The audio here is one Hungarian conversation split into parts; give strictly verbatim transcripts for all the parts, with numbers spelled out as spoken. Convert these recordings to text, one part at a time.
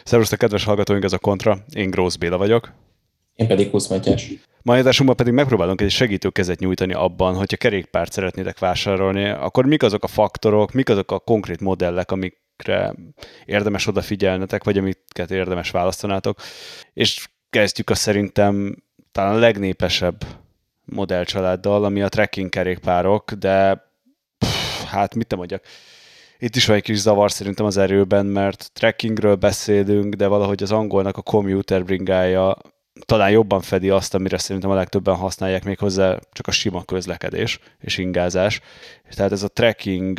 Szervusztok, kedves hallgatóink, ez a Kontra. Én Grósz Béla vagyok. Én pedig Kusz Mátyás. Mai adásunkban pedig megpróbálunk egy segítőkezet nyújtani abban, hogyha kerékpárt szeretnétek vásárolni, akkor mik azok a faktorok, mik azok a konkrét modellek, amikre érdemes odafigyelnetek, vagy amiket érdemes választanátok. És kezdjük a szerintem talán a legnépesebb modellcsaláddal, ami a trekking kerékpárok, de pff, hát mit nem mondjak. Itt is van egy kis zavar szerintem az erőben, mert trekkingről beszélünk, de valahogy az angolnak a commuter bringája talán jobban fedi azt, amire szerintem a legtöbben használják, még hozzá csak a sima közlekedés és ingázás. Tehát ez a trekking,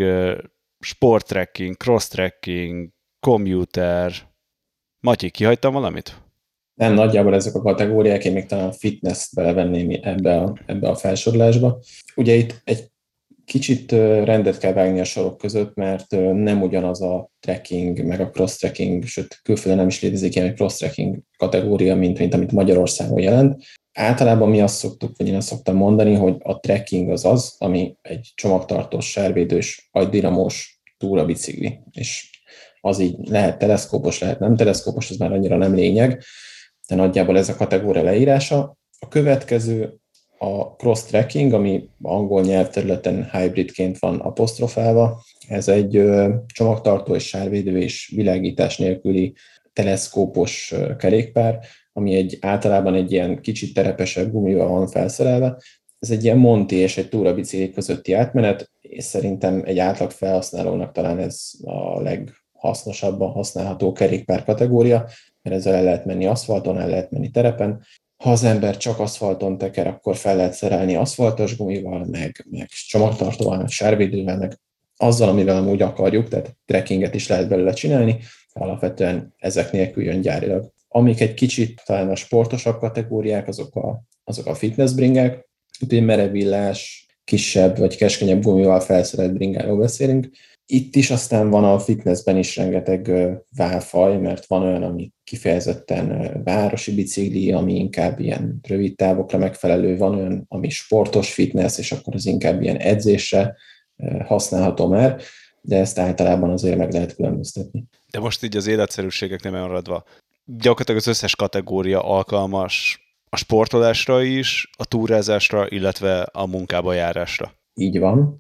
sport trekking, cross trekking, commuter. Matyi, kihagytam valamit? Nem, nagyjából ezek a kategóriák, én még talán a fitness-t belevenném ebbe a, ebbe a felsorolásba. Ugye itt egy kicsit rendet kell vágni a sorok között, mert nem ugyanaz a trekking, meg a cross-trekking, sőt külföldön nem is létezik ilyen cross-trekking kategória, mint, mint amit Magyarországon jelent. Általában mi azt szoktuk, vagy én azt szoktam mondani, hogy a trekking az az, ami egy csomagtartós, sárvédős, agydinamós túrabicikli. És az így lehet teleszkópos, lehet nem teleszkópos, ez már annyira nem lényeg, de nagyjából ez a kategória leírása. A következő a cross-tracking, ami angol nyelvterületen hybridként van apostrofálva. Ez egy csomagtartó és sárvédő és világítás nélküli teleszkópos kerékpár, ami egy, általában egy ilyen kicsit terepesebb gumival van felszerelve. Ez egy ilyen Monti és egy túrabicikli közötti átmenet, és szerintem egy átlag felhasználónak talán ez a leghasznosabban használható kerékpár kategória, mert ezzel el lehet menni aszfalton, el lehet menni terepen. Ha az ember csak aszfalton teker, akkor fel lehet szerelni aszfaltos gumival, meg, meg csomagtartóval, meg sárvédővel, meg azzal, amivel amúgy akarjuk, tehát trekkinget is lehet belőle csinálni, alapvetően ezek nélkül jön gyárilag. Amik egy kicsit talán a sportosabb kategóriák, azok a, azok a fitnessbringák, itt egy merevillás, kisebb vagy keskenyebb gumival felszerelt bringáról beszélünk. Itt is aztán van a fitnessben is rengeteg válfaj, mert van olyan, ami kifejezetten városi bicikli, ami inkább ilyen rövid távokra megfelelő, van olyan, ami sportos fitness, és akkor az inkább ilyen edzésre használható már, de ezt általában azért meg lehet különböztetni. De most így az életszerűségek nem maradva. Gyakorlatilag az összes kategória alkalmas a sportolásra is, a túrázásra, illetve a munkába járásra. Így van.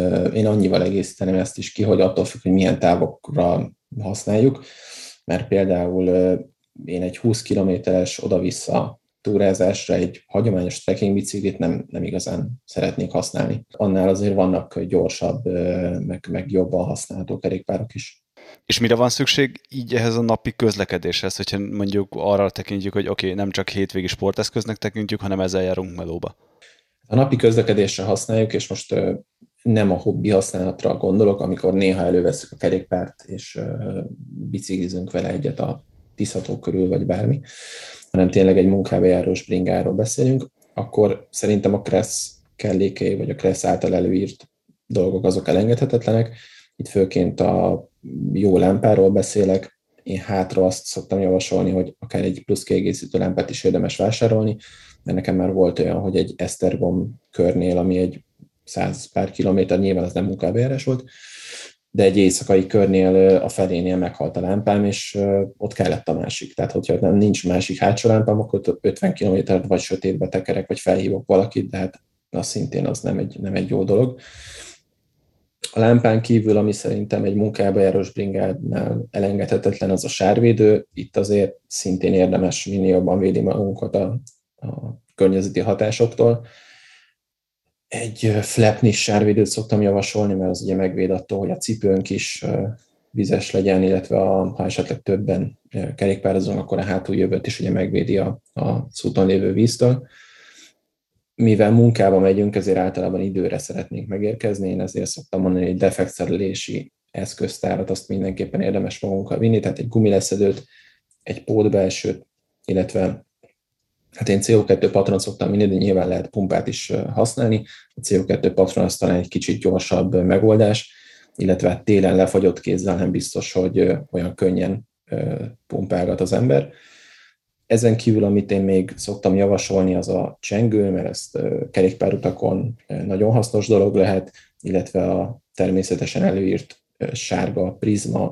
Én annyival egészíteném ezt is ki, hogy attól függ, hogy milyen távokra használjuk, mert például én egy húsz kilométeres oda-vissza túrázásra egy hagyományos trekking biciklit nem, nem igazán szeretnék használni. Annál azért vannak gyorsabb, meg, meg jobban használható kerékpárok is. És mire van szükség így ehhez a napi közlekedéshez, hogyha mondjuk arra tekintjük, hogy oké, okay, nem csak hétvégi sporteszköznek tekintjük, hanem ezzel járunk melóba? A napi közlekedésre használjuk, és most nem a hobbi használatra gondolok, amikor néha előveszünk a kerékpárt, és biciklizünk vele egyet a Tisza-tó körül, vagy bármi, hanem tényleg egy munkába járós bringáról beszélünk, akkor szerintem a Kressz kellékei, vagy a Kressz által előírt dolgok azok elengedhetetlenek. Itt főként a jó lámpáról beszélek. Én hátra azt szoktam javasolni, hogy akár egy plusz kiegészítő lámpát is érdemes vásárolni, mert nekem már volt olyan, hogy egy Esztergom körnél, ami egy száz pár kilométer, nyilván az nem munkabejárás volt, de egy éjszakai körnél a felénél meghalt a lámpám, és ott kellett a másik. Tehát, hogyha nem nincs másik hátsó lámpám, akkor ötven kilométert vagy sötétbe tekerek, vagy felhívok valakit, de hát az szintén az nem egy, nem egy jó dolog. A lámpán kívül, ami szerintem egy munkába járós bringádnál elengedhetetlen, az a sárvédő. Itt azért szintén érdemes minél jobban védni magunkat a, a környezeti hatásoktól. Egy flapnis sárvédőt szoktam javasolni, mert az ugye megvéd attól, hogy a cipőnk is vizes legyen, illetve a, ha esetleg többen kerékpározunk, akkor a hátuljövőt is ugye megvédi a, a úton lévő víztől. Mivel munkába megyünk, ezért általában időre szeretnénk megérkezni, én ezért szoktam mondani, hogy egy defektszerelési eszköztárat azt mindenképpen érdemes magunkkal vinni, tehát egy gumileszedőt, egy pótbelsőt, illetve hát én cé o kettő patron szoktam vinni, de nyilván lehet pumpát is használni. A cé o kettő patron az talán egy kicsit gyorsabb megoldás, illetve télen lefagyott kézzel nem biztos, hogy olyan könnyen pumpálgat az ember. Ezen kívül, amit én még szoktam javasolni, az a csengő, mert ezt kerékpárutakon nagyon hasznos dolog lehet, illetve a természetesen előírt sárga prizma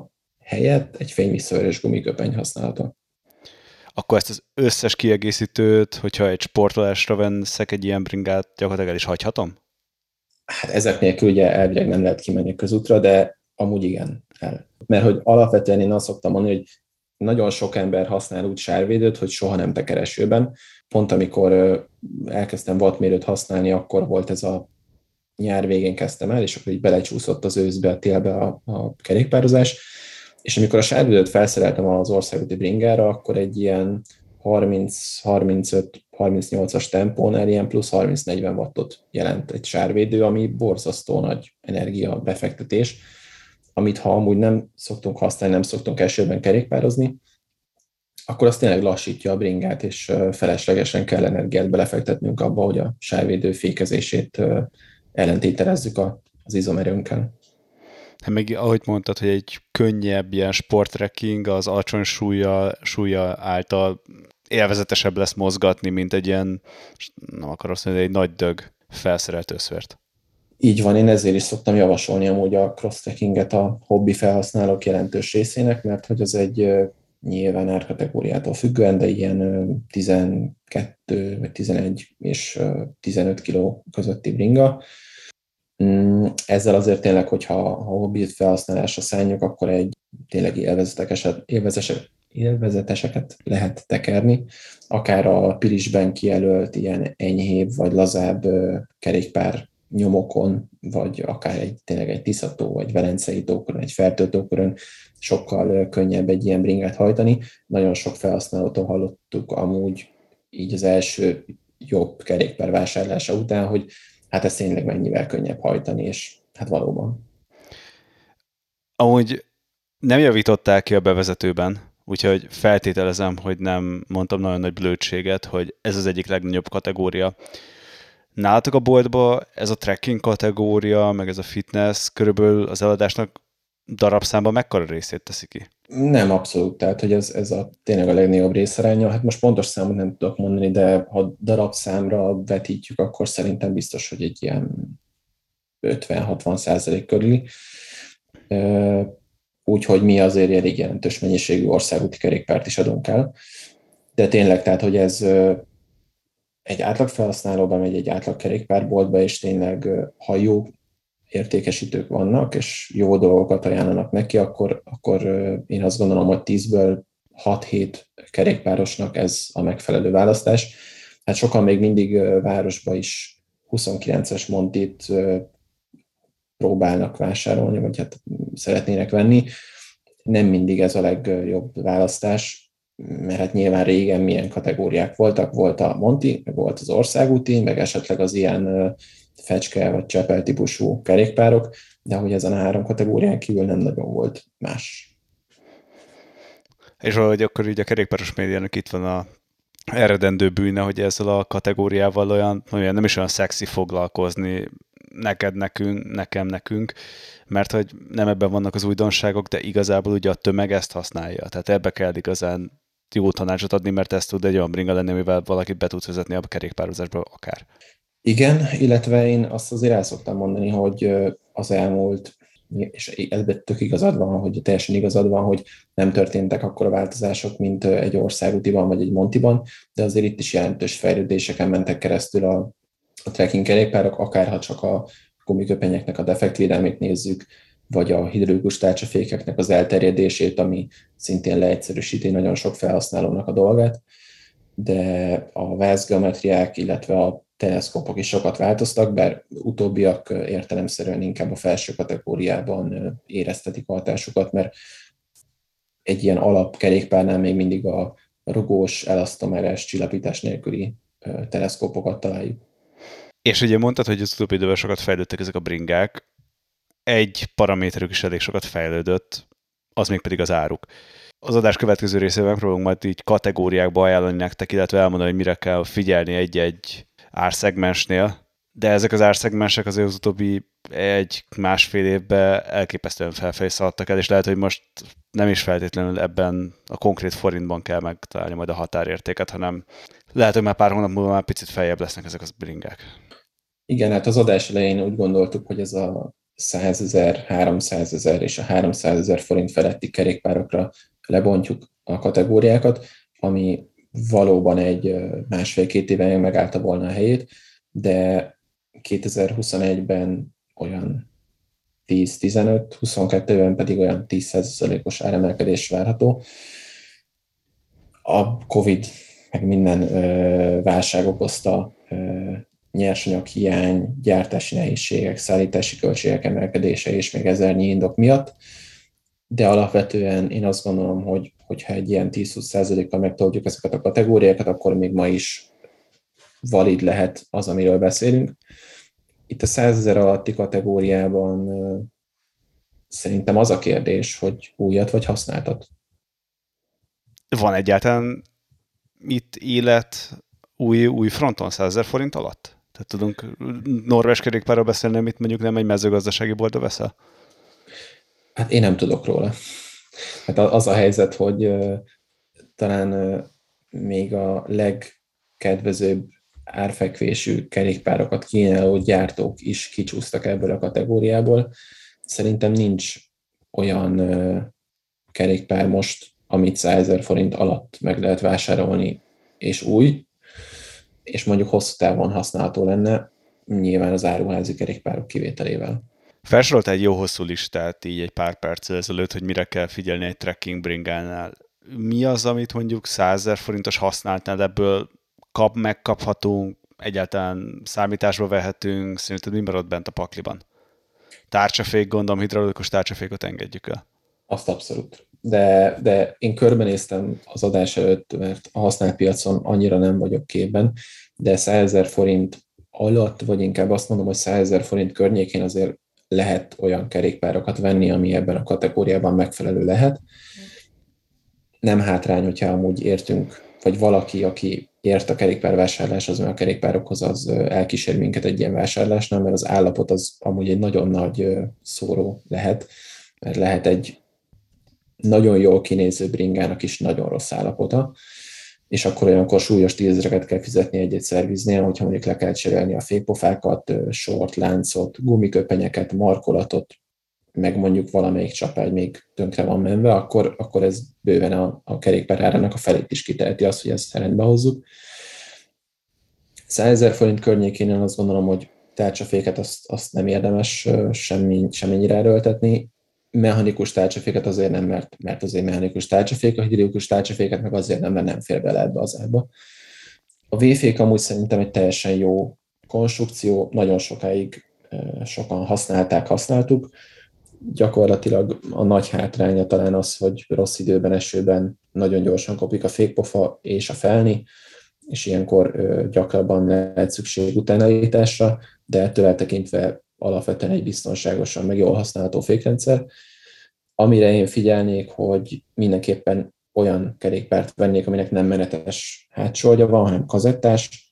helyett egy fényvisszaverős gumiköpeny használata. Akkor ezt az összes kiegészítőt, hogyha egy sportolásra veszek egy ilyen bringát, gyakorlatilag el is hagyhatom? Hát ezek nélkül ugye elvileg nem lehet kimenni a közútra, de amúgy igen, el. Mert hogy alapvetően én azt szoktam mondani, hogy nagyon sok ember használ úgy sárvédőt, hogy soha nem teker esőben. Pont amikor elkezdtem wattmérőt használni, akkor volt ez a nyár végén kezdtem el, és akkor így belecsúszott az őszbe, a télbe a, a kerékpározás, és amikor a sárvédőt felszereltem az országúti bringára, akkor egy ilyen harminc harmincöt harmincnyolcas tempónál ilyen plusz harminc-negyven wattot jelent egy sárvédő, ami borzasztó nagy energia befektetés, amit ha amúgy nem szoktunk használni, nem szoktunk esőben kerékpározni, akkor az tényleg lassítja a bringát, és feleslegesen kell energiát belefektetnünk abba, hogy a sárvédő fékezését ellentételezzük az izomerőnkkel. Hát még ahogy mondtad, hogy egy könnyebb ilyen sporttrekking az alacsony súlya, súlya által élvezetesebb lesz mozgatni, mint egy ilyen, nem akarok azt mondani, egy nagy dög felszerelt összvert. Így van, én ezért is szoktam javasolni amúgy a cross-trekkinget a hobbi felhasználók jelentős részének, mert hogy az egy nyilván árkategóriától függően, de ilyen tizenkettő vagy tizenegy és tizenöt kiló közötti bringa. Ezzel azért tényleg, hogyha ha hobbi felhasználásra szálljuk, akkor egy tényleg élvezeteseket, élvezeteseket lehet tekerni. Akár a Pilisben kijelölt ilyen enyhébb vagy lazább kerékpár nyomokon, vagy akár egy, tényleg egy Tiszató, vagy Velencei tókörön, egy Fertőtókörön sokkal könnyebb egy ilyen bringát hajtani. Nagyon sok felhasználótól hallottuk amúgy így az első jobb kerékpár vásárlása után, hogy hát ez tényleg mennyivel könnyebb hajtani, és hát valóban. Amúgy nem javították ki a bevezetőben, úgyhogy feltételezem, hogy nem mondtam nagyon nagy blödséget, hogy ez az egyik legnagyobb kategória. Nálatok a boltban ez a trekking kategória, meg ez a fitness körülbelül az eladásnak darabszámban mekkora részét teszi ki? Nem, abszolút. Tehát, hogy ez, ez a, tényleg a legnagyobb részaránya. Hát most pontos számot nem tudok mondani, de ha darabszámra vetítjük, akkor szerintem biztos, hogy egy ilyen ötven-hatvan százalék körüli. Úgyhogy mi azért elég jelentős mennyiségű országúti kerékpárt is adunk el. De tényleg, tehát, hogy ez egy átlag felhasználóban megy egy átlag kerékpárboltba, és tényleg, ha jó értékesítők vannak, és jó dolgokat ajánlanak neki, akkor, akkor én azt gondolom, hogy tízből hat-hét kerékpárosnak ez a megfelelő választás. Hát sokan még mindig városba is huszonkilences Montit próbálnak vásárolni, vagy hát szeretnének venni. Nem mindig ez a legjobb választás, mert hát nyilván régen milyen kategóriák voltak. Volt a Monti, meg volt az országúti, meg esetleg az ilyen fecske vagy csepel típusú kerékpárok, de hogy ezen a három kategórián kívül nem nagyon volt más. És valahogy akkor így a kerékpáros médiának itt van a eredendő bűne, hogy ezzel a kategóriával olyan, olyan nem is olyan szexi foglalkozni neked, nekünk, nekem, nekünk, mert hogy nem ebben vannak az újdonságok, de igazából ugye a tömeg ezt használja. Tehát ebbe kell igazán jó tanácsot adni, mert ez tud egy olyan bringa lenni, amivel valakit be tudsz vezetni a kerékpározásba akár. Igen, illetve én azt azért el szoktam mondani, hogy az elmúlt, és ebben tök igazad van, hogy teljesen igazad van, hogy nem történtek akkora változások, mint egy országútiban vagy egy Montiban, de azért itt is jelentős fejlődéseken mentek keresztül a, a trekking kerékpárok, akárha csak a gumiköpenyeknek a defektvédelmét nézzük, vagy a hidrolikus tárcsafékeknek az elterjedését, ami szintén leegyszerűsíti nagyon sok felhasználónak a dolgát, de a vászgeometriák, illetve a teleszkópok is sokat változtak, bár utóbbiak értelemszerűen inkább a felső kategóriában éreztetik a hatásukat, mert egy ilyen alapkerékpárnál még mindig a rugós, elasztomeres, csillapítás nélküli teleszkópokat találjuk. És ugye mondtad, hogy az utóbbi időben sokat fejlődtek ezek a bringák, egy paraméterük is elég sokat fejlődött, az még pedig az áruk. Az adás következő részében megpróbálunk majd így kategóriákba ajánlani nektek, illetve elmondani, hogy mire kell figyelni egy-egy árszegmensnél, de ezek az árszegmensek azért az utóbbi egy-másfél évben elképesztően felfelé szaladtak el, és lehet, hogy most nem is feltétlenül ebben a konkrét forintban kell megtalálni majd a határértéket, hanem lehet, hogy már pár hónap múlva már picit feljebb lesznek ezek az bringák. Igen, hát az adás elején úgy gondoltuk, hogy ez a százezer, háromszázezer és a háromszázezer forint feletti kerékpárokra lebontjuk a kategóriákat, ami valóban egy másfél-két éve megállta volna a helyét, de kétezer-huszonegyben olyan tíz-tizenöt, huszonkettőben pedig olyan tíz százalékos áremelkedés várható. A Covid meg minden ö, válság okozta ö, nyersanyag hiány, gyártási nehézségek, szállítási költségek emelkedése és még ezernyi indok miatt, de alapvetően én azt gondolom, hogy hogyha egy ilyen tíz-húsz százalékkal megtoljuk ezeket a kategóriákat, akkor még ma is valid lehet az, amiről beszélünk. Itt a százezer alatti kategóriában ö, szerintem az a kérdés, hogy újat vagy használtat. Van egyáltalán itt élet új, új fronton százezer forint alatt? Tehát tudunk norvég kerékpárról beszélni, amit mondjuk nem egy mezőgazdasági boltba veszel? Hát én nem tudok róla. Hát az a helyzet, hogy uh, talán uh, még a legkedvezőbb árfekvésű kerékpárokat kínáló gyártók is kicsúsztak ebből a kategóriából. Szerintem nincs olyan uh, kerékpár most, amit százezer forint alatt meg lehet vásárolni, és új, és mondjuk hosszú távon használható lenne, nyilván az áruházi kerékpárok kivételével. Felsorolt egy jó hosszú listát így egy pár perccel ezelőtt, hogy mire kell figyelni egy trekking bringánál. Mi az, amit mondjuk százezer forintos használtnál, ebből kap, megkaphatunk, egyáltalán számításba vehetünk, szerinted mi marad bent a pakliban? Tárcsafék, gondolom, hidraulikus tárcsafékot engedjük el. Azt abszolút. De, de én körbenéztem az adás előtt, mert a használt piacon annyira nem vagyok képben, de százezer forint alatt, vagy inkább azt mondom, hogy százezer forint környékén azért lehet olyan kerékpárokat venni, ami ebben a kategóriában megfelelő lehet. Nem hátrány, hogyha amúgy értünk, vagy valaki, aki ért a kerékpárvásárláshoz, mert a kerékpárokhoz, az elkísér minket egy ilyen vásárlásnál, mert az állapot az amúgy egy nagyon nagy szóró lehet, mert lehet egy nagyon jól kinéző bringának is nagyon rossz állapota, és akkor olyankor súlyos tízezreket kell fizetni egy-egy szerviznél, hogyha mondjuk le kell cserélni a fékpofákat, sort, láncot, gumiköpenyeket, markolatot, meg mondjuk valamelyik csapágy még tönkre van menve, akkor, akkor ez bőven a, a kerékpár árának a felét is kiteheti azt, hogy ezt rendbe hozzuk. százezer forint környékén én azt gondolom, hogy tárcsaféket azt, azt nem érdemes semmi, semmennyire erőltetni. Mechanikus tárcsaféket azért nem, mert, mert azért mechanikus tárcsafék, a hidraulikus tárcsaféket meg azért nem, mert nem fér bele ebbe az árba. A V-fék amúgy szerintem egy teljesen jó konstrukció, nagyon sokáig sokan használták, használtuk. Gyakorlatilag a nagy hátránya talán az, hogy rossz időben, esőben nagyon gyorsan kopik a fékpofa és a felni, és ilyenkor gyakrabban lehet szükség utánaállításra, de ettől eltekintve alapvetően egy biztonságosan, meg jól használható fékrendszer. Amire én figyelnék, hogy mindenképpen olyan kerékpárt vennék, aminek nem menetes hátsorja van, hanem kazettás,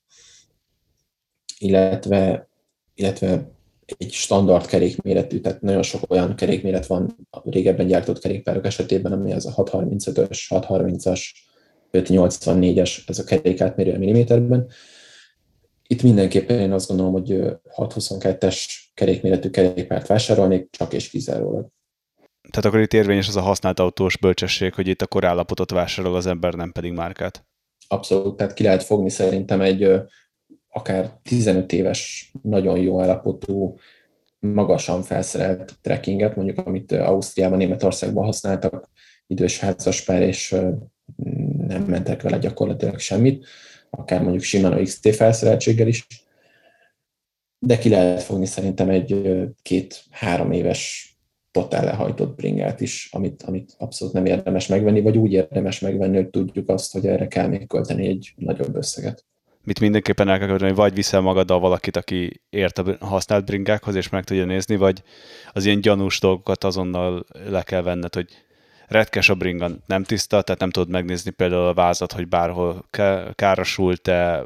illetve, illetve egy standard kerékméretű, tehát nagyon sok olyan kerékméret van a régebben gyártott kerékpárok esetében, ami az a hatszázharmincötös, hatszázharmincas, ötszáznyolcvannégyes, ez a kerékátmérő milliméterben. Itt mindenképpen én azt gondolom, hogy hatszázhuszonkettes kerékméretű kerékpárt vásárolnék, csak és kizárólag. Tehát akkor itt érvényes az a használt autós bölcsesség, hogy itt a korállapotot vásárol az ember, nem pedig márkát. Abszolút, tehát ki lehet fogni szerintem egy akár tizenöt éves, nagyon jó állapotú, magasan felszerelt trekkinget, mondjuk amit Ausztriában, Németországban használtak, idős házaspár, és nem mentek vele gyakorlatilag semmit, akár mondjuk Shimano iksz té felszereltséggel is, de ki lehet fogni szerintem egy két-három éves totál lehajtott bringát is, amit, amit abszolút nem érdemes megvenni, vagy úgy érdemes megvenni, hogy tudjuk azt, hogy erre kell még költeni egy nagyobb összeget. Mit mindenképpen el kell költeni, hogy vagy viszel magaddal valakit, aki ért a használt bringákhoz, és meg tudja nézni, vagy az ilyen gyanús dolgokat azonnal le kell venned, hogy retkes a bringa, nem tiszta, tehát nem tudod megnézni például a vázat, hogy bárhol károsult-e.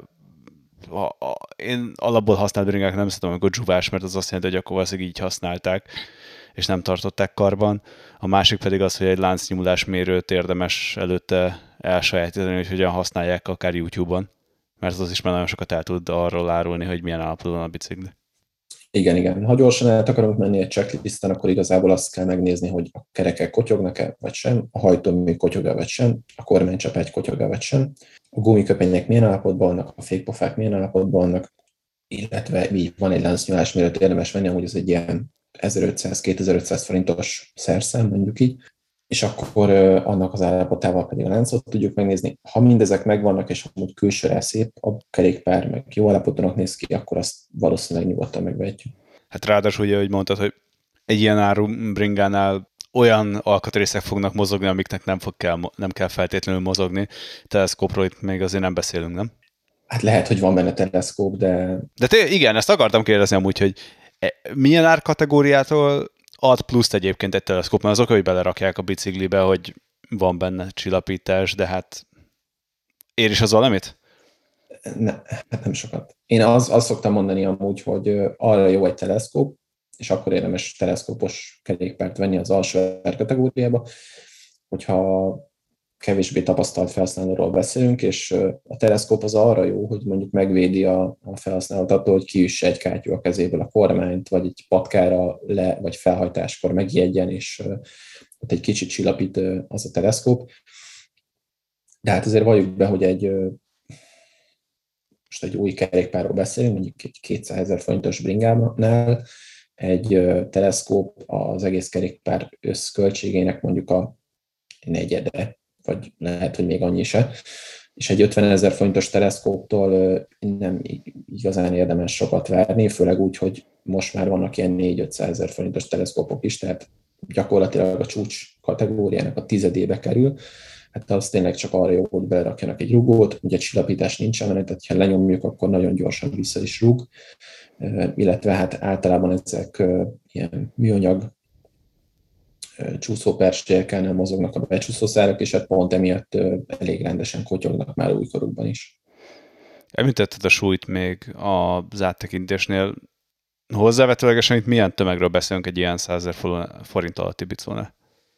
Én alapból használt bringák nem szeretem, amikor dzsuvás, mert az azt jelenti, hogy akkor valószínűleg így használták, és nem tartották karban. A másik pedig az, hogy egy láncnyomulásmérőt érdemes előtte elsajátítani, hogy hogyan használják akár YouTube-on, mert az is már nagyon sokat el tud arról árulni, hogy milyen állapotban a bicikli. Igen, igen. Ha gyorsan el akarunk menni egy checklisten, akkor igazából azt kell megnézni, hogy a kerekek kotyognak-e, vagy sem, a hajtómű kotyog-e, vagy sem, a kormánycsapegy kotyog-e, vagy sem, a gumiköpenyek milyen állapotban vannak, a fékpofák milyen állapotban vannak, illetve így van egy láncnyúlás, mielőtt érdemes venni, amúgy ez egy ilyen ezerötszáz-kétezer-ötszáz forintos szerszám, mondjuk így, és akkor annak az állapotával pedig a láncot tudjuk megnézni. Ha mindezek megvannak, és amúgy külsőre szép, a kerékpár meg jó állapotúnak néz ki, akkor azt valószínűleg nyugodtan megvehetjük. Hát ráadásul ugye, hogy mondtad, hogy egy ilyen áru bringánál olyan alkatrészek fognak mozogni, amiknek nem, fog kell, nem kell feltétlenül mozogni. Teleszkópról itt még azért nem beszélünk, nem? Hát lehet, hogy van benne teleszkóp, de... De té- igen, ezt akartam kérdezni amúgy, hogy milyen árkategóriától ad pluszt egyébként egy teleszkóp, mert azok, hogy belerakják a biciklibe, hogy van benne csillapítás, de hát ér is az valamit? Ne, hát nem sokat. Én az, azt szoktam mondani amúgy, hogy arra jó egy teleszkóp, és akkor érdemes teleszkópos kerékpárt venni az alsó kategóriába, hogyha kevésbé tapasztalt felhasználóról beszélünk, és a teleszkóp az arra jó, hogy mondjuk megvédi a, a felhasználót attól, hogy kiüsse egy kátyú a kezéből a kormányt, vagy egy patkára le, vagy felhajtáskor megijedjen, és ott egy kicsit csillapít az a teleszkóp. De hát azért valljuk be, hogy egy most egy új kerékpárról beszélünk, mondjuk egy kétszázezer forintos bringánál, egy teleszkóp az egész kerékpár összköltségének mondjuk a negyede, vagy lehet, hogy még annyi se. És egy ötvenezer forintos teleszkóptól nem igazán érdemes sokat várni, főleg úgy, hogy most már vannak ilyen négy-ötszázezer forintos teleszkópok is, tehát gyakorlatilag a csúcs kategóriának a tizedébe kerül. Hát az tényleg csak arra jó, hogy belerakjanak egy rugót, ugye csillapítás nincsen, mert ha lenyomjuk, akkor nagyon gyorsan vissza is rúg, illetve hát általában ezek ilyen műanyag csúszóperstélyekkel mozognak a becsúszószárak, és hát pont emiatt elég rendesen kotyognak már újkorukban is. Említetted a súlyt még az áttekintésnél. Hozzávetőlegesen itt milyen tömegről beszélünk egy ilyen százezer forint alatti bicónál?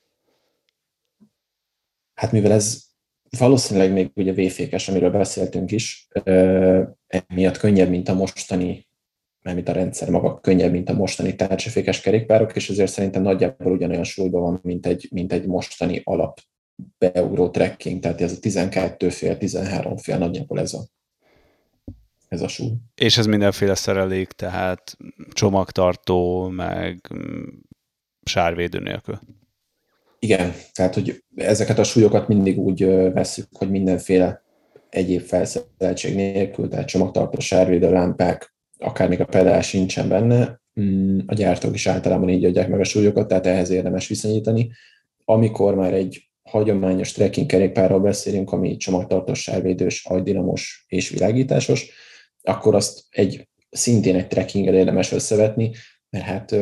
Hát mivel ez valószínűleg még ugye véfékes, amiről beszéltünk is, emiatt könnyebb, mint a mostani, mármint a rendszer maga könnyebb, mint a mostani tárcsafékes kerékpárok, és ezért szerintem nagyjából ugyanolyan súlyban van, mint egy, mint egy mostani alap beugró trekking, tehát ez a tizenkettő fél, tizenhárom fél nagyjából ez a, ez a súly. És ez mindenféle szerelék, tehát csomagtartó, meg sárvédő nélkül. Igen, tehát hogy ezeket a súlyokat mindig úgy vesszük, hogy mindenféle egyéb felszereltség nélkül, tehát csomagtartó, sárvédő, lámpák, akár még a pedál sincsen benne, a gyártók is általában így adják meg a súlyokat, tehát ehhez érdemes viszonyítani. Amikor már egy hagyományos trekking kerékpárról beszélünk, ami csomagtartós, sárvédős, agydinamos és világításos, akkor azt egy szintén egy trekkinggel érdemes összevetni, mert hát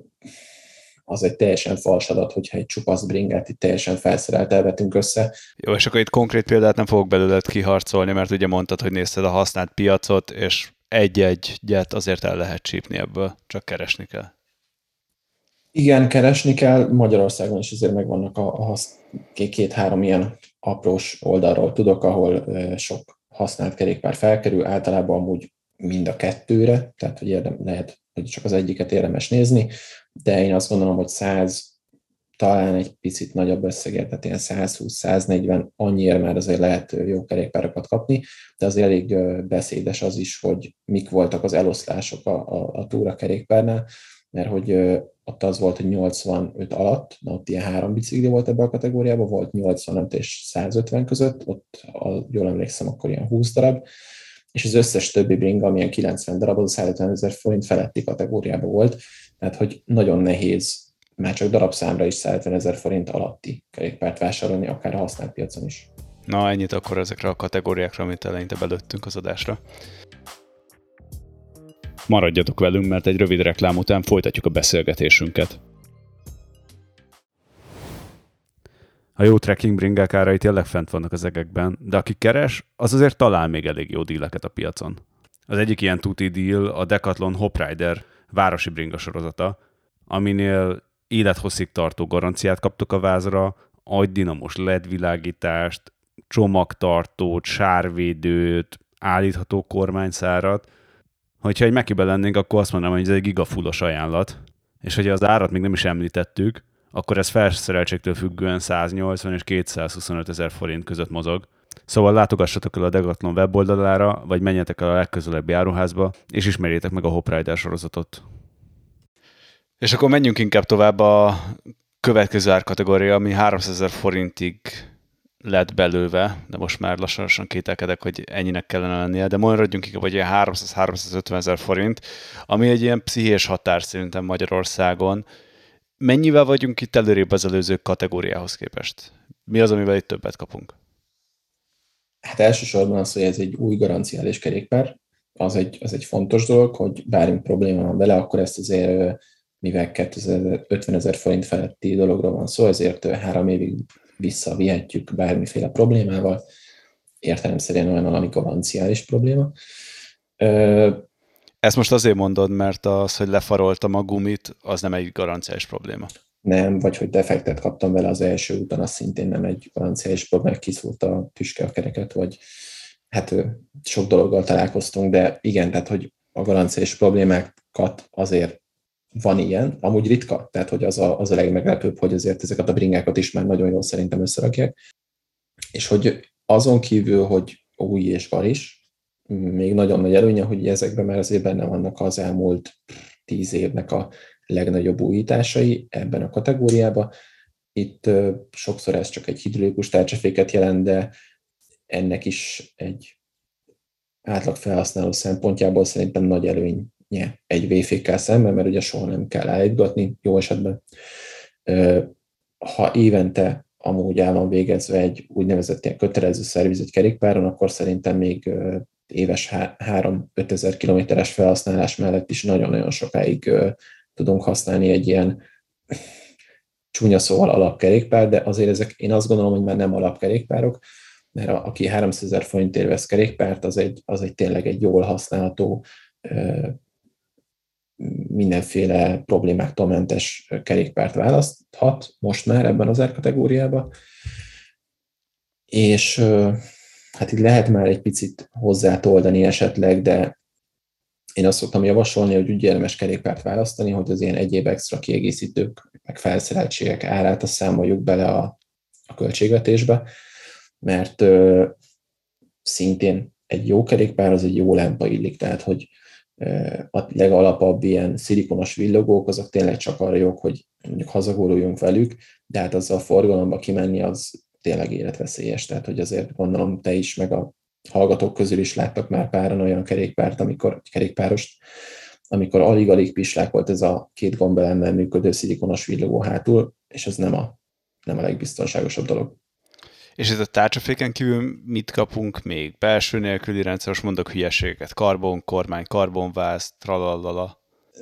az egy teljesen fals adat, hogyha egy csupasz bringát itt teljesen felszerelt elvetünk össze. Jó, és akkor itt konkrét példát nem fogok belőled kiharcolni, mert ugye mondtad, hogy nézted a használt piacot, és egy-egyet azért el lehet csípni ebből, csak keresni kell. Igen, keresni kell. Magyarországon is azért megvannak a, a hasz... két-három ilyen aprós oldalról tudok, ahol sok használt kerékpár felkerül, általában amúgy mind a kettőre, tehát hogy érdem, lehet, hogy csak az egyiket érdemes nézni, de én azt gondolom, hogy száz, talán egy picit nagyobb összegért, tehát ilyen százhúsz-száznegyven, annyiért már azért lehet jó kerékpárokat kapni, de azért elég beszédes az is, hogy mik voltak az eloszlások a, a, a túra kerékpárnál, mert hogy ott az volt, hogy nyolcvanöt alatt, na ott ilyen három bicikli volt ebben a kategóriában, volt nyolcvanöt és százötven között, ott jól emlékszem, akkor ilyen húsz darab, és az összes többi bringa, amilyen kilencven darab, az százötven ezer forint feletti kategóriában volt, tehát hogy nagyon nehéz már csak darabszámra is százötven ezer forint alatti kerékpárt vásárolni, akár a használt piacon is. Na, ennyit akkor ezekre a kategóriákra, amit eleinte belőttünk az adásra. Maradjatok velünk, mert egy rövid reklám után folytatjuk a beszélgetésünket. A jó trekking bringák árai tényleg fent vannak az egekben, de aki keres, az azért talál még elég jó díleket a piacon. Az egyik ilyen tuti deal a Decathlon Hoprider városi bringa sorozata, aminél élethosszig tartó garanciát kaptok a vázra, agydinamos el é dé világítást, csomagtartót, sárvédőt, állítható kormányszárat, Hogyha egy Mekiben lennénk, akkor azt mondanám, hogy ez egy gigafullos ajánlat, és hogyha az árat még nem is említettük, akkor ez felszereltségtől függően száznyolcvan és kétszázhuszonöt ezer forint között mozog. Szóval látogassatok el a Decathlon weboldalára, vagy menjetek el a legközelebbi áruházba, és ismerjétek meg a Hop Rider sorozatot. És akkor menjünk inkább tovább a következő árkategória, ami háromszázezer forintig lett belőve, de most már lassan kételkedek, hogy ennyinek kellene lennie, de maradjunk inkább, hogy ilyen háromszáz-háromszázötven ezer forint, ami egy ilyen pszichés határ szerintem Magyarországon. Mennyivel vagyunk itt előrébb az előző kategóriához képest? Mi az, amivel itt többet kapunk? Hát elsősorban az, hogy ez egy új garanciális kerékpár, az egy, az egy fontos dolog, hogy bármi probléma van vele, akkor ezt azért, mivel kétszázötven ezer forint feletti dologról van szó, ezért három évig visszavihetjük bármiféle problémával, értelemszerűen olyan valami garanciális probléma. Ezt most azért mondod, mert az, hogy lefaroltam a gumit, az nem egy garanciális probléma. Nem, vagy hogy defektet kaptam vele az első úton, az szintén nem egy garanciális probléma, kiszúrt a tüske a kereket, vagy hát sok dologgal találkoztunk, de igen, tehát hogy a garanciális problémákat azért van ilyen, amúgy ritka, tehát hogy az a, az a legmeglepőbb, hogy azért ezeket a bringákat is már nagyon jól szerintem összerakják, és hogy azon kívül, hogy új és var is, még nagyon nagy előnye, hogy ezekben már azért benne vannak az elmúlt tíz évnek a legnagyobb újításai ebben a kategóriában. Itt uh, sokszor ez csak egy hidrolikus tárcsaféket jelent, de ennek is egy átlag felhasználó szempontjából szerintem nagy előnye egy véfékkel szemben, mert ugye soha nem kell állítgatni, jó esetben. Uh, ha évente amúgy el van végezve egy úgynevezett ilyen kötelező szerviz egy kerékpáron, akkor szerintem még uh, éves három-öt ezer kilométeres felhasználás mellett is nagyon-nagyon sokáig uh, tudunk használni egy ilyen csúnya szóval alapkerékpár, de azért ezek én azt gondolom, hogy már nem alapkerékpárok, mert a, aki háromszázezer forintért vesz kerékpárt, az egy, az egy tényleg egy jól használható, mindenféle problémáktól mentes kerékpárt választhat most már ebben az árkategóriában. És hát itt lehet már egy picit hozzátoldani esetleg, de én azt szoktam javasolni, hogy úgy érdemes kerékpárt választani, hogy az ilyen egyéb extra kiegészítők, meg felszereltségek árát azt számoljuk bele a, a költségvetésbe, mert ö, szintén egy jó kerékpár az egy jó lámpa illik, tehát hogy ö, a legalapabb ilyen szilikonos villogók, azok tényleg csak arra jók, hogy mondjuk hazaguruljunk velük, de hát azzal a forgalomba kimenni az tényleg életveszélyes, tehát hogy azért gondolom te is, meg a hallgatók közül is láttak már páran olyan kerékpárt, amikor, kerékpárost, amikor alig-alig pislák volt ez a két gombelemmel működő szilikonos villogó hátul, és ez nem a, nem a legbiztonságosabb dolog. És ez a tárcsaféken kívül mit kapunk még? Belső nélküli rendszer, most mondok hülyeségeket, karbonkormány, karbonváz, tralallala.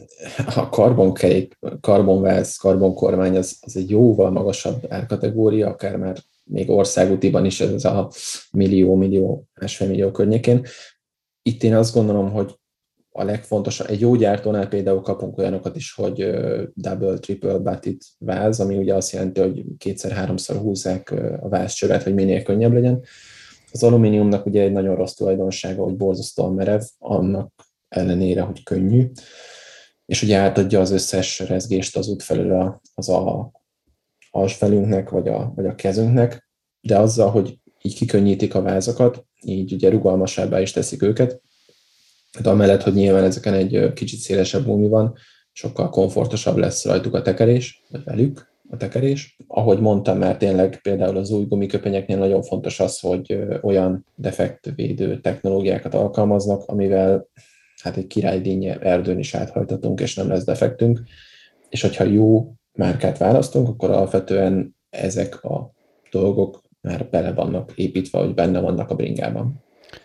A karbonkerék, karbonváz, karbonkormány az, az egy jóval magasabb árkategória, akár már még országútiban is ez a millió, millió, másfél millió környékén. Itt én azt gondolom, hogy a legfontosabb, egy jó gyártónál például kapunk olyanokat is, hogy double, triple butted váz, ami ugye azt jelenti, hogy kétszer-háromszor húzzák a vázcsövet, hogy minél könnyebb legyen. Az alumíniumnak ugye egy nagyon rossz tulajdonsága, hogy borzasztóan merev, annak ellenére, hogy könnyű, és ugye átadja az összes rezgést az út felől az a alsfelünknek, vagy a, vagy a kezünknek, de azzal, hogy így kikönnyítik a vázakat, így ugye rugalmasabbá is teszik őket, de amellett, hogy nyilván ezeken egy kicsit szélesebb gumi van, sokkal komfortosabb lesz rajtuk a tekerés, vagy velük a tekerés. Ahogy mondtam már, tényleg például az új gumiköpenyeknél nagyon fontos az, hogy olyan defektvédő technológiákat alkalmaznak, amivel hát egy királydínnye erdőn is áthajtatunk, és nem lesz defektünk, és hogyha jó márkát választunk, akkor alapvetően ezek a dolgok már bele vannak építve, hogy benne vannak a bringában.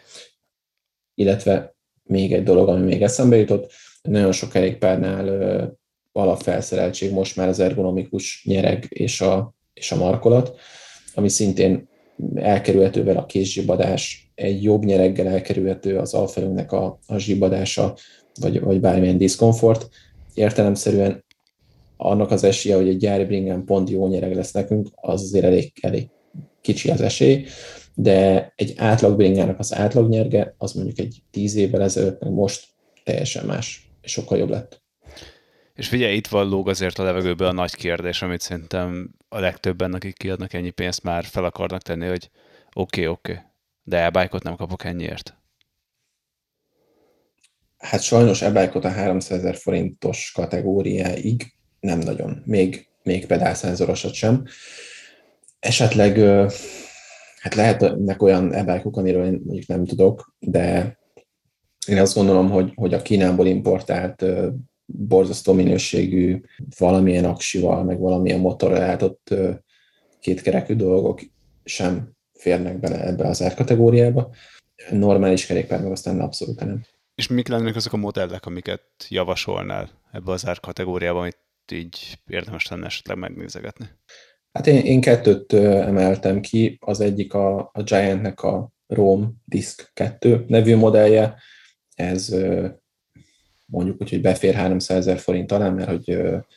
Illetve még egy dolog, ami még eszembe jutott, nagyon sok kerékpárnál ö, alapfelszereltség most már az ergonomikus nyereg és a, és a markolat, ami szintén elkerülhető vele a készzsibbadás, egy jobb nyereggel elkerülhető az alfelünknek a, a zsibbadása, vagy, vagy bármilyen diszkomfort. Értelemszerűen annak az esélye, hogy egy gyári bringán pont jó nyereg lesz nekünk, az azért elég, elég kicsi az esély, de egy átlag bringának az átlag nyerge, az mondjuk egy tíz évvel ezelőtt, most teljesen más, és sokkal jobb lett. És figyelj, itt van lóg azért a levegőben a nagy kérdés, amit szerintem a legtöbben, akik kiadnak ennyi pénzt, már fel akarnak tenni, hogy oké, okay, oké, okay, de e-bike-ot nem kapok ennyiért. Hát sajnos e-bike-ot a háromszázezer forintos kategóriáig nem nagyon, még, még pedálszenzorosat sem. Esetleg hát lehetnek olyan e-bike-ok, amiről én mondjuk nem tudok, de én azt gondolom, hogy, hogy a Kínából importált borzasztó minőségű valamilyen aksival, meg valamilyen motorral ellátott kétkerekű dolgok sem férnek bele ebbe az árkategóriába. Normális kerékpár meg aztán abszolút nem. És mik lennének azok a modellek, amiket javasolnál ebbe az árkategóriába, amit így érdemes lenne esetleg megnézegetni? Hát én, én kettőt emeltem ki. Az egyik a, a Giantnek a Rome Disc kettő nevű modellje. Ez mondjuk úgy, hogy befér háromszázezer forint alá, mert hogy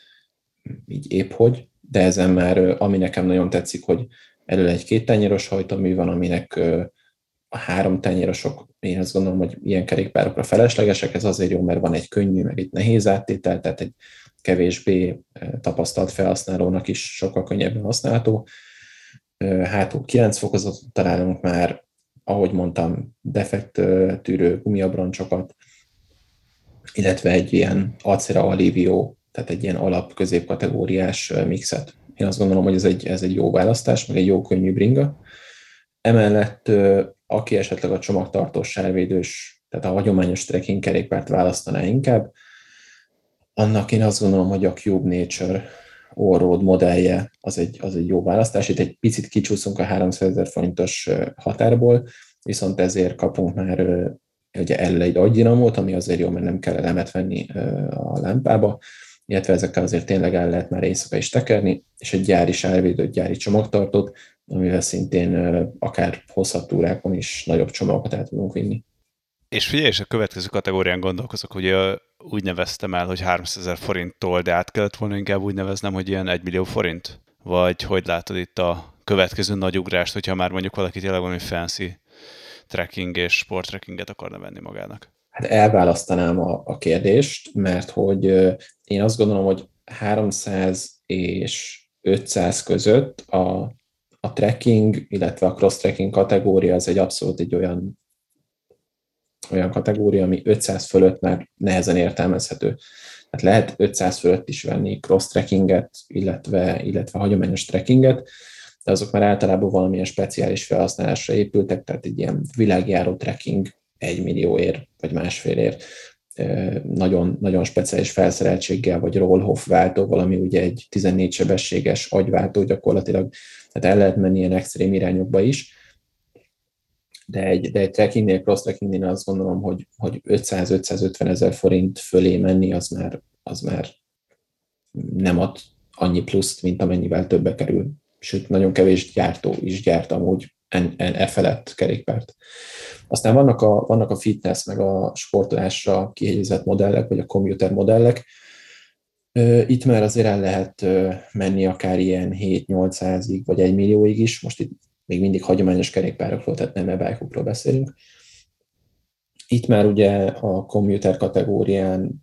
így épp hogy, de ezen már, ami nekem nagyon tetszik, hogy elől egy két tányéros hajtómű van, aminek a három tányérosok, én azt gondolom, hogy ilyen kerékpárokra feleslegesek, ez azért jó, mert van egy könnyű, meg egy nehéz áttétel, tehát egy kevésbé tapasztalt felhasználónak is sokkal könnyebben használható. Hátul kilenc fokozatot találunk már, ahogy mondtam, defekt tűrő gumiabroncsokat, illetve egy ilyen Acera Alivio, tehát egy ilyen alap középkategóriás mixet. Én azt gondolom, hogy ez egy, ez egy jó választás, meg egy jó könnyű bringa. Emellett, aki esetleg a csomagtartós sárvédős, tehát a hagyományos trekking kerékpárt választaná inkább, annak én azt gondolom, hogy a Cube Nature Allroad modellje az egy, az egy jó választás. Itt egy picit kicsúszunk a háromszázezer forintos határból, viszont ezért kapunk már ugye elő egy agydinamót, ami azért jó, mert nem kell elemet venni a lámpába, illetve ezekkel azért tényleg el lehet már éjszaka is tekerni, és egy gyári sárvédőt, gyári csomagtartót, amivel szintén akár hosszabb túrákon is nagyobb csomagokat el tudunk vinni. És figyelj, és a következő kategórián gondolkozok, hogy úgy neveztem el, hogy háromszázezer forinttól, de át kellett volna inkább úgy neveznem, hogy ilyen egy millió forint? Vagy hogy látod itt a következő nagy ugrást, hogyha már mondjuk valaki tényleg valami fancy trekking és sporttrekkinget akarna venni magának? Hát elválasztanám a, a kérdést, mert hogy én azt gondolom, hogy háromszáz és ötszáz között a, a trekking, illetve a cross-trekking kategória az egy abszolút egy olyan, olyan kategória, ami ötszáz fölött már nehezen értelmezhető. Hát lehet ötszáz fölött is venni cross-trekkinget, illetve, illetve hagyományos trekkinget, de azok már általában valamilyen speciális felhasználásra épültek, tehát egy ilyen világjáró trekking egy millióért, vagy másfélért, nagyon, nagyon speciális felszereltséggel, vagy Rollhoff váltó, valami ugye egy tizennégy sebességes agyváltó gyakorlatilag, tehát el lehet menni ilyen extrém irányokba is, de egy, de egy trekkingnél, cross-trekkingnél azt gondolom, hogy, hogy ötszáz-ötszázötven ezer forint fölé menni, az már, az már nem ad annyi pluszt, mint amennyivel többe kerül. Sőt, nagyon kevés gyártó is gyárt amúgy en, en, e felett kerékpárt. Aztán vannak a, vannak a fitness, meg a sportolásra kihegyezett modellek, vagy a commuter modellek. Itt már azért el lehet menni akár ilyen hét-nyolcszázig, vagy egy millióig is. Most itt még mindig hagyományos kerékpárokról, tehát nem e-bike-okról beszélünk. Itt már ugye a commuter kategóriánba,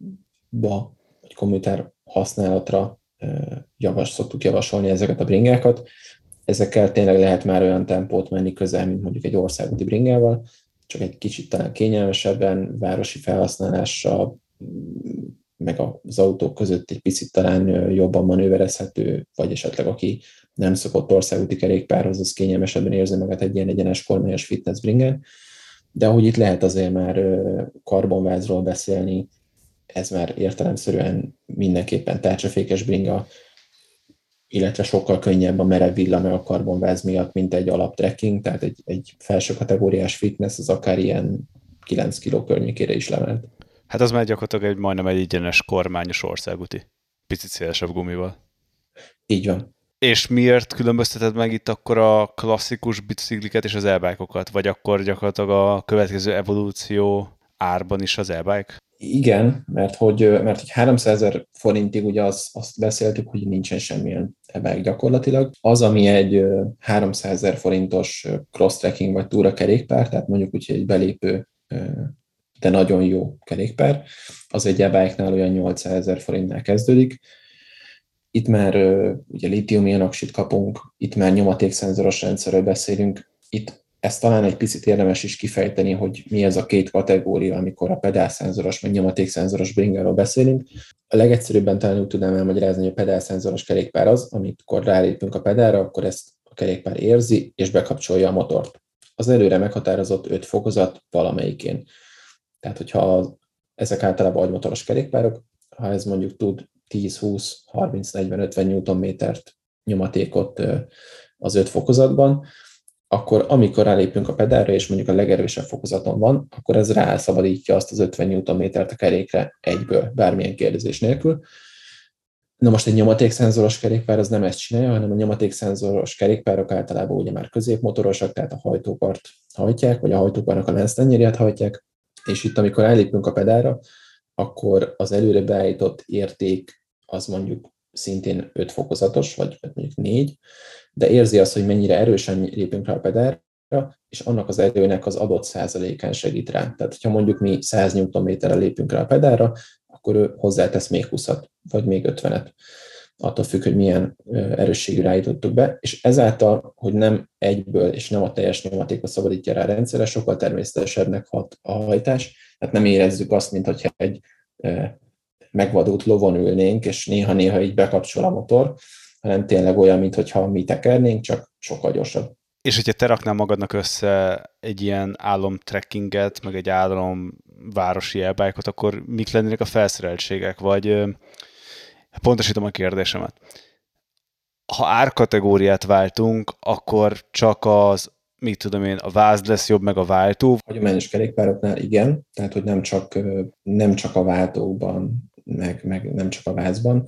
vagy commuter használatra javas, szoktuk javasolni ezeket a bringákat. Ezekkel tényleg lehet már olyan tempót menni közel, mint mondjuk egy országúti bringával, csak egy kicsit talán kényelmesebben, városi felhasználással, meg az autók között egy picit talán jobban manőverezhető, vagy esetleg aki nem szokott országúti kerékpárhoz, az kényelmesebben érzi magát egy ilyen egyenes kormányos fitness bringán. De ahogy itt lehet azért már karbonvázról beszélni, ez már értelemszerűen mindenképpen tárcsafékes bringa, illetve sokkal könnyebb a merev villame a karbonváz miatt, mint egy alaptrekking, tehát egy, egy felső kategóriás fitness az akár ilyen kilenc kiló környékére is lement. Hát az már gyakorlatilag egy majdnem egy egyenes kormányos országúti, picit szélesebb gumival. Így van. És miért különbözteted meg itt akkor a klasszikus bicikliket és az e-bike-okat? Vagy akkor gyakorlatilag a következő evolúció árban is az e-bike? Igen, mert hogy, mert hogy háromszázezer forintig ugye azt, azt beszéltük, hogy nincsen semmilyen e-bike gyakorlatilag. Az, ami egy háromszázezer forintos cross-trekking vagy túrakerékpár, tehát mondjuk úgy, hogy egy belépő de nagyon jó kerékpár, az egy e-bike-nál olyan nyolcszázezer forintnál kezdődik. Itt már ugye lítium-ion oksit kapunk, itt már nyomatékszenzoros rendszerről beszélünk. Itt ezt talán egy picit érdemes is kifejteni, hogy mi ez a két kategória, amikor a pedálszenzoros vagy nyomatékszenzoros bringáról beszélünk. A legegyszerűbben talán úgy tudnám elmagyarázni, hogy a pedálszenzoros kerékpár az, amikor rálépünk a pedálra, akkor ezt a kerékpár érzi és bekapcsolja a motort. Az előre meghatározott öt fokozat valamelyikén. Tehát, hogyha ezek általában agymotoros kerékpárok, ha ez mondjuk tud tíz, húsz, harminc, negyven, ötven newtonmétert nyomatékot az öt fokozatban, akkor amikor rálépünk a pedálra, és mondjuk a legerősebb fokozaton van, akkor ez rászabadítja azt az ötven newtonmétert a kerékre egyből, bármilyen kérdezés nélkül. Na most egy nyomatékszenzoros kerékpár az nem ezt csinálja, hanem a nyomatékszenzoros kerékpárok általában ugye már középmotorosak, tehát a hajtópart hajtják, vagy a hajtóparnak a lánctenyérjét hajtják, és itt amikor rálépünk a pedálra, akkor az előre beállított érték az mondjuk szintén öt fokozatos, vagy mondjuk négy, de érzi azt, hogy mennyire erősen lépünk rá a pedálra, és annak az erőnek az adott százalékán segít rá. Tehát, hogyha mondjuk mi száz newtonméterre lépünk rá a pedálra, akkor ő hozzátesz még húszat, vagy még ötvenet. Attól függ, hogy milyen erősségű állítottuk be, és ezáltal, hogy nem egyből és nem a teljes nyomatékot szabadítja rá a rendszerre, sokkal természetesebbnek hat a hajtás, tehát nem érezzük azt, mint hogyha egy megvadult lovon ülnénk, és néha-néha így bekapcsol a motor, hanem tényleg olyan, mintha mi tekernénk, csak sokkal gyorsabb. És hogyha te raknál magadnak össze egy ilyen álomtrekkinget, meg egy álom városi e-bike-ot, akkor mik lennének a felszereltségek, vagy pontosítom a kérdésemet. Ha árkategóriát váltunk, akkor csak az, mit tudom én, a váz lesz jobb, meg a váltó? Hagyományos kerékpároknál igen, tehát hogy nem csak, nem csak a váltóban, meg, meg nem csak a vázban,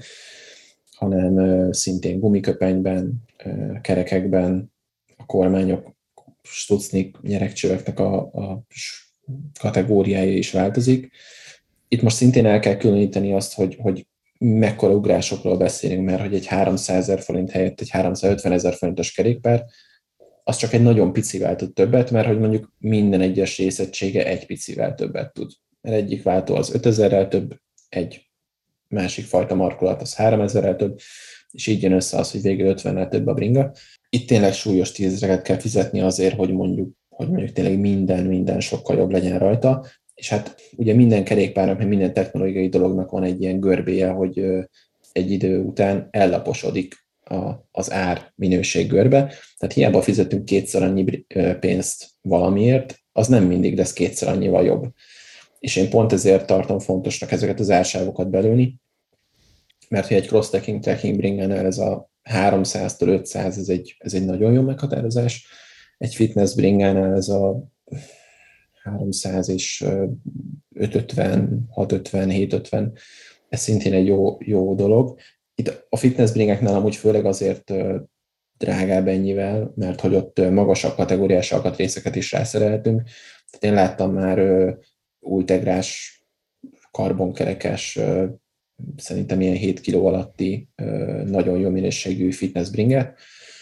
hanem szintén gumiköpenyben, kerekekben, a kormányok, stucnik, nyeregcsöveknek a, a kategóriája is változik. Itt most szintén el kell különíteni azt, hogy, hogy mekkora ugrásokról beszélünk, mert hogy egy háromszázezer forint helyett egy háromszázötvenezer forintos kerékpár, az csak egy nagyon picivel tud többet, mert hogy mondjuk minden egyes részegysége egy picivel többet tud. Mert egyik váltó az ötezerrel több, egy másik fajta markolat az háromezerrel több, és így jön össze az, hogy végül ötvennel több a bringa. Itt tényleg súlyos tízezreket kell fizetni azért, hogy mondjuk, hogy mondjuk tényleg minden, minden sokkal jobb legyen rajta, és hát ugye minden kerékpárnak, meg minden technológiai dolognak van egy ilyen görbéje, hogy egy idő után ellaposodik a, az ár-minőség görbe, tehát hiába fizetünk kétszer annyi pénzt valamiért, az nem mindig lesz kétszer annyival jobb. És én pont ezért tartom fontosnak ezeket az ársávokat belőni, mert hogy egy cross-tracking trekking bringánál ez a háromszáztól ötszáz, ez egy, ez egy nagyon jó meghatározás, egy fitness bringánál ez a háromszáz és ötszázötven, hatszázötven, hétszázötven, ez szintén egy jó, jó dolog. Itt a fitness bringáknál amúgy főleg azért drágább ennyivel, mert hogy ott magasabb kategóriás alkatrészeket is rászerelhetünk. Tehát én láttam már ultegrás, karbonkerekes, szerintem ilyen hét kiló alatti nagyon jó minőségű fitness bringát.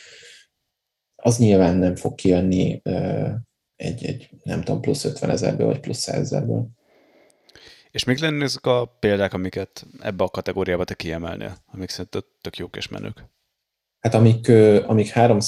Az nyilván nem fog kijönni egy, egy nem tudom, plusz ötvenezerből vagy plusz százezerből. És még lennének ezek a példák, amiket ebbe a kategóriába te kiemelnél, amik szerinted tök jók és menők? Hát amik, amik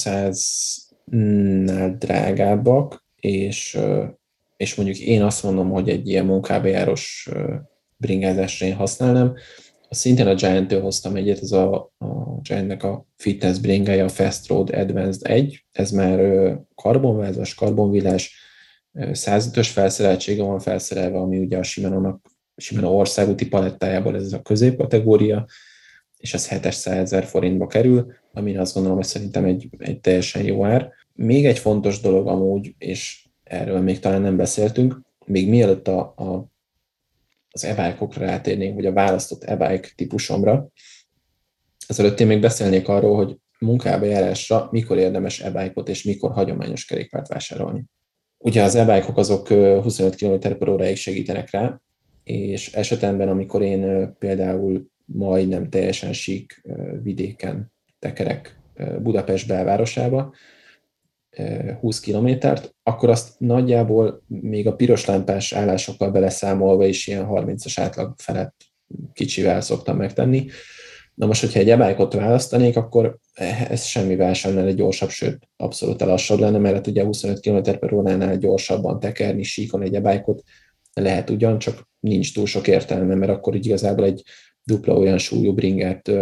háromszáznál drágábbak, és, és mondjuk én azt mondom, hogy egy ilyen munkába járós bringázásra én használnám, szintén a Giant-től hoztam egyet, ez a, a Giant-nek a fitness bringája, a Fast Road Advanced egy, ez már karbonvázas, karbonvillás, százötös felszereltsége van felszerelve, ami ugye a Shimano-nak, Shimano országúti palettájából ez a középkategória, és ez hétszázezer forintba kerül, amin azt gondolom, hogy szerintem egy, egy teljesen jó ár. Még egy fontos dolog amúgy, és erről még talán nem beszéltünk, még mielőtt a, a az e-bike-okra rátérnénk, vagy a választott e-bike típusomra. Ezelőtt én még beszélnék arról, hogy munkába járásra mikor érdemes e-bike-ot és mikor hagyományos kerékpárt vásárolni. Ugye az e-bike-ok azok huszonöt kilométer per óráig segítenek rá, és esetemben, amikor én például majdnem teljesen sík vidéken tekerek Budapest belvárosába, húsz kilométert, akkor azt nagyjából még a piros lámpás állásokkal beleszámolva is ilyen harmincas átlag felett kicsivel szoktam megtenni. Na most, hogyha egy e-bike-ot választanék, akkor ez semmivel sem lenne gyorsabb, sőt, abszolút lassabb lenne, mert ugye huszonöt kilométer per óránál gyorsabban tekerni síkon egy e-bike-ot lehet ugyan, csak nincs túl sok értelme, mert akkor így igazából egy dupla olyan súlyú bringát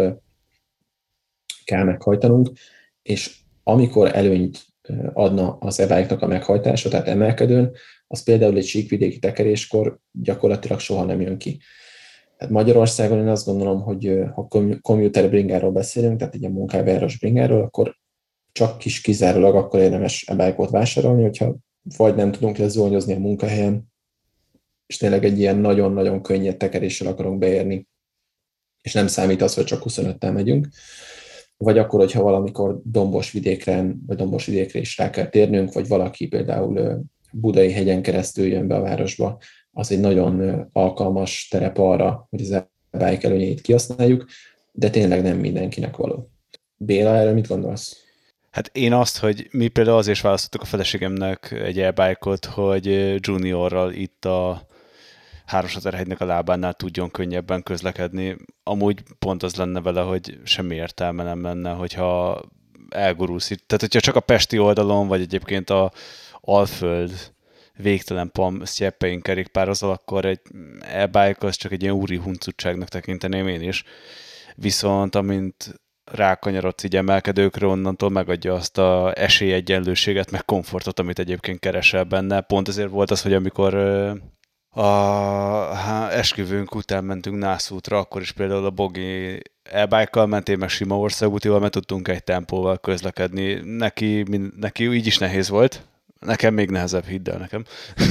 kell meghajtanunk, és amikor előnyt adna az e-bike-nak a meghajtása, tehát emelkedőn, az például egy síkvidéki tekeréskor gyakorlatilag soha nem jön ki. Tehát Magyarországon én azt gondolom, hogy ha commuter bringáról beszélünk, tehát egy ilyen munkájáros bringáról, akkor csak kis kizárólag akkor érdemes e-bike-ot vásárolni, hogyha vagy nem tudunk lezúanyozni a munkahelyen, és tényleg egy ilyen nagyon-nagyon könnyed tekeréssel akarunk beérni, és nem számít az, hogy csak huszonöttel megyünk, vagy akkor, hogyha valamikor dombos vidékre, vagy dombos vidékre is rá kell térnünk, vagy valaki például Budai hegyen keresztül jön be a városba, az egy nagyon alkalmas terep arra, hogy az e-bike előnyeit kihasználjuk, de tényleg nem mindenkinek való. Béla, erről mit gondolsz? Hát én azt, hogy mi például azért választottuk a feleségemnek egy e-bike-ot, hogy juniorral itt a háromszázezer-hegynek a lábánál tudjon könnyebben közlekedni. Amúgy pont az lenne vele, hogy semmi értelme nem lenne, hogyha elgurulsz itt. Tehát, hogyha csak a pesti oldalon, vagy egyébként a Alföld végtelen pam sztyepein kerékpározol, akkor egy e-bike az csak egy ilyen úri huncutságnak tekinteném én is. Viszont amint rákanyarodsz így emelkedőkre, onnantól megadja azt a esélyegyenlőséget, meg komfortot, amit egyébként keresel benne. Pont ezért volt az, hogy amikor a esküvőnk után mentünk Nászútra, akkor is például a Bogi e-bike-kal ment, én meg sima országútival, mert tudtunk egy tempóval közlekedni. Neki, neki így is nehéz volt. Nekem még nehezebb, hidd el nekem.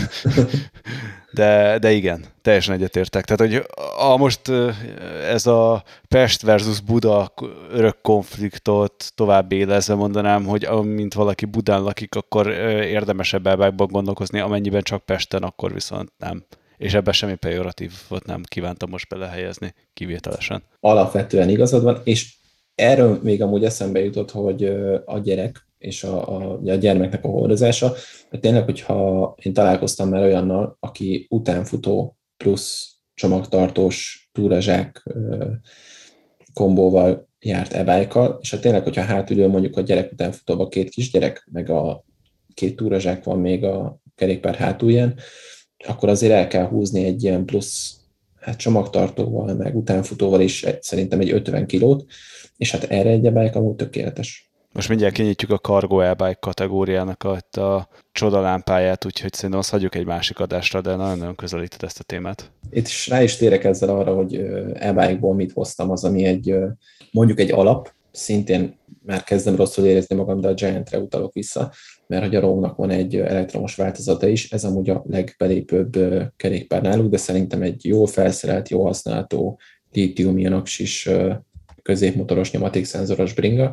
de, de igen, teljesen egyetértek. Tehát, hogy a, most ez a Pest versus Buda örök konfliktot tovább élezve mondanám, hogy amint valaki Budán lakik, akkor érdemesebb e-bike-ban gondolkozni, amennyiben csak Pesten, akkor viszont nem. És ebben semmi pejoratívot nem kívántam most belehelyezni, kivételesen. Alapvetően igazad van, és erről még amúgy eszembe jutott, hogy a gyerek és a, a, a gyermeknek a hordozása, mert tényleg, hogyha én találkoztam már olyannal, aki utánfutó plusz csomagtartós túrazsák kombóval járt e-bike-kal, és hát tényleg, hogyha hátulról mondjuk a gyerek utánfutóban két kisgyerek, meg a két túrazsák van még a kerékpár hátulján, akkor azért el kell húzni egy ilyen plusz hát csomagtartóval, meg utánfutóval is szerintem egy ötven kilót, és hát erre egy e-bike amúgy tökéletes. Most mindjárt kinyitjuk a Cargo e-bike kategóriának a, a csodalámpáját, úgyhogy szerintem azt hagyjuk egy másik adásra, de nagyon-nagyon közelíted ezt a témát. Itt is rá is térek ezzel arra, hogy e-bike-ból mit hoztam, az, ami egy mondjuk egy alap, szintén már kezdem rosszul érezni magam, de a Giantre utalok vissza, mert hogy a Rogue-nak van egy elektromos változata is, ez amúgy a legbelépőbb kerékpár náluk, de szerintem egy jól felszerelt, jól használható lítium-ion aksis középmotoros nyomatékszenzoros bringa,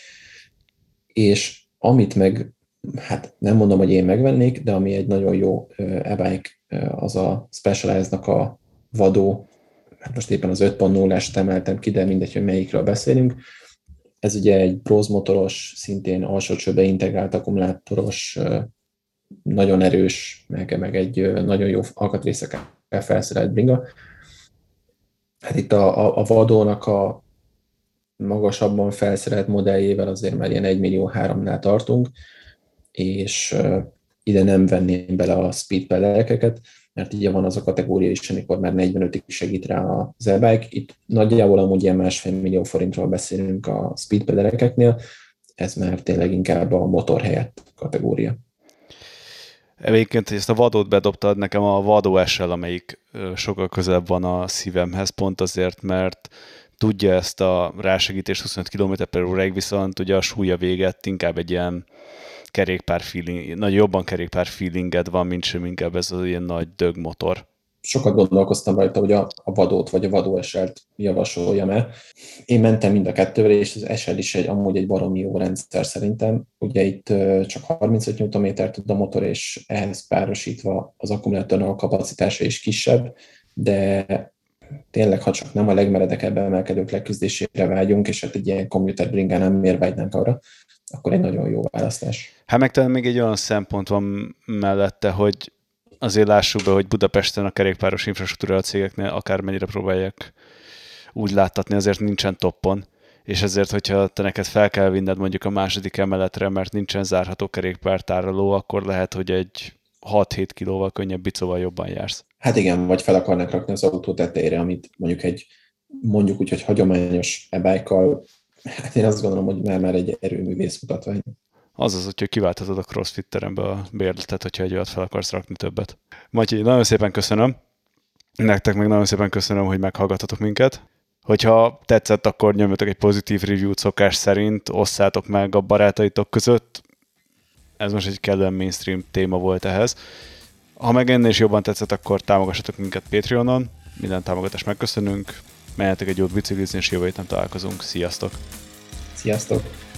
és amit meg, hát nem mondom, hogy én megvennék, de ami egy nagyon jó e-bike, az a Specialized-nak a vadó, hát most éppen az öt pont nullast emeltem ki, de mindegy, hogy melyikről beszélünk. Ez ugye egy Bros motoros, szintén alsócsőbe integrált akkumulátoros, nagyon erős, meg, meg egy nagyon jó alkatrészekkel felszerelt bringa. Hát itt a, a, a vadónak a magasabban felszerelt modelljével azért már ilyen egy millió háromnál tartunk, és ide nem venném bele a speed pedaleket, mert ugye van az a kategória is, amikor már negyvenötig segít rá az e-bike. Itt nagyjából amúgy ilyen másfél millió forintról beszélünk a speed pedaleknél, ez már tényleg inkább a motor helyett kategória. Egyébként, hogy ezt a vadót bedobtad, nekem a Vadó es el, amelyik sokkal közelebb van a szívemhez, pont azért, mert tudja ezt a rásegítést huszonöt kilométer per óráig, viszont ugye a súlya véget inkább egy ilyen kerékpár feeling, nagy jobban kerékpár feelinged van, mint sem inkább ez az ilyen nagy dög motor. Sokat gondolkoztam rajta, hogy a, a vadót vagy a Vadó es el-t javasoljam el. Én mentem mind a kettővel, és az es el is egy, amúgy egy baromi jó rendszer szerintem. Ugye itt csak harmincöt newtonméter tud a motor, és ehhez párosítva az akkumulátornak a kapacitása is kisebb, de tényleg, ha csak nem a legmeredekebb emelkedők leküzdésére vágyunk, és hát egy ilyen commuter bringánál miért vágynánk arra, akkor egy nagyon jó választás. Hát meg talán még egy olyan szempont van mellette, hogy azért lássuk be, hogy Budapesten a kerékpáros infrastruktúra a cégeknél akármennyire próbálják úgy láttatni, azért nincsen toppon, és ezért, hogyha te neked fel kell vinned mondjuk a második emeletre, mert nincsen zárható kerékpártároló, akkor lehet, hogy egy hat-hét kilóval könnyebb bicóval jobban jársz. Hát igen, vagy fel akarnak rakni az autó tetejére, amit mondjuk egy, mondjuk úgy, hogy hagyományos e-bike-kal, hát én azt gondolom, hogy már, már egy erőművész mutatvány. Az az, hogyha kiválthatod a CrossFit terembe a bérletet, hogyha egy olyat fel akarsz rakni többet. Matyi, nagyon szépen köszönöm. Nektek meg nagyon szépen köszönöm, hogy meghallgatotok minket. Hogyha tetszett, akkor nyomjatok egy pozitív review-t szokás szerint, osszátok meg a barátaitok között. Ez most egy kellően mainstream téma volt ehhez. Ha meg ennél is jobban tetszett, akkor támogassatok minket Patreonon. Minden támogatást megköszönünk. Menjetek egy jót biciklizni, és jövő héten találkozunk. Sziasztok! Sziasztok!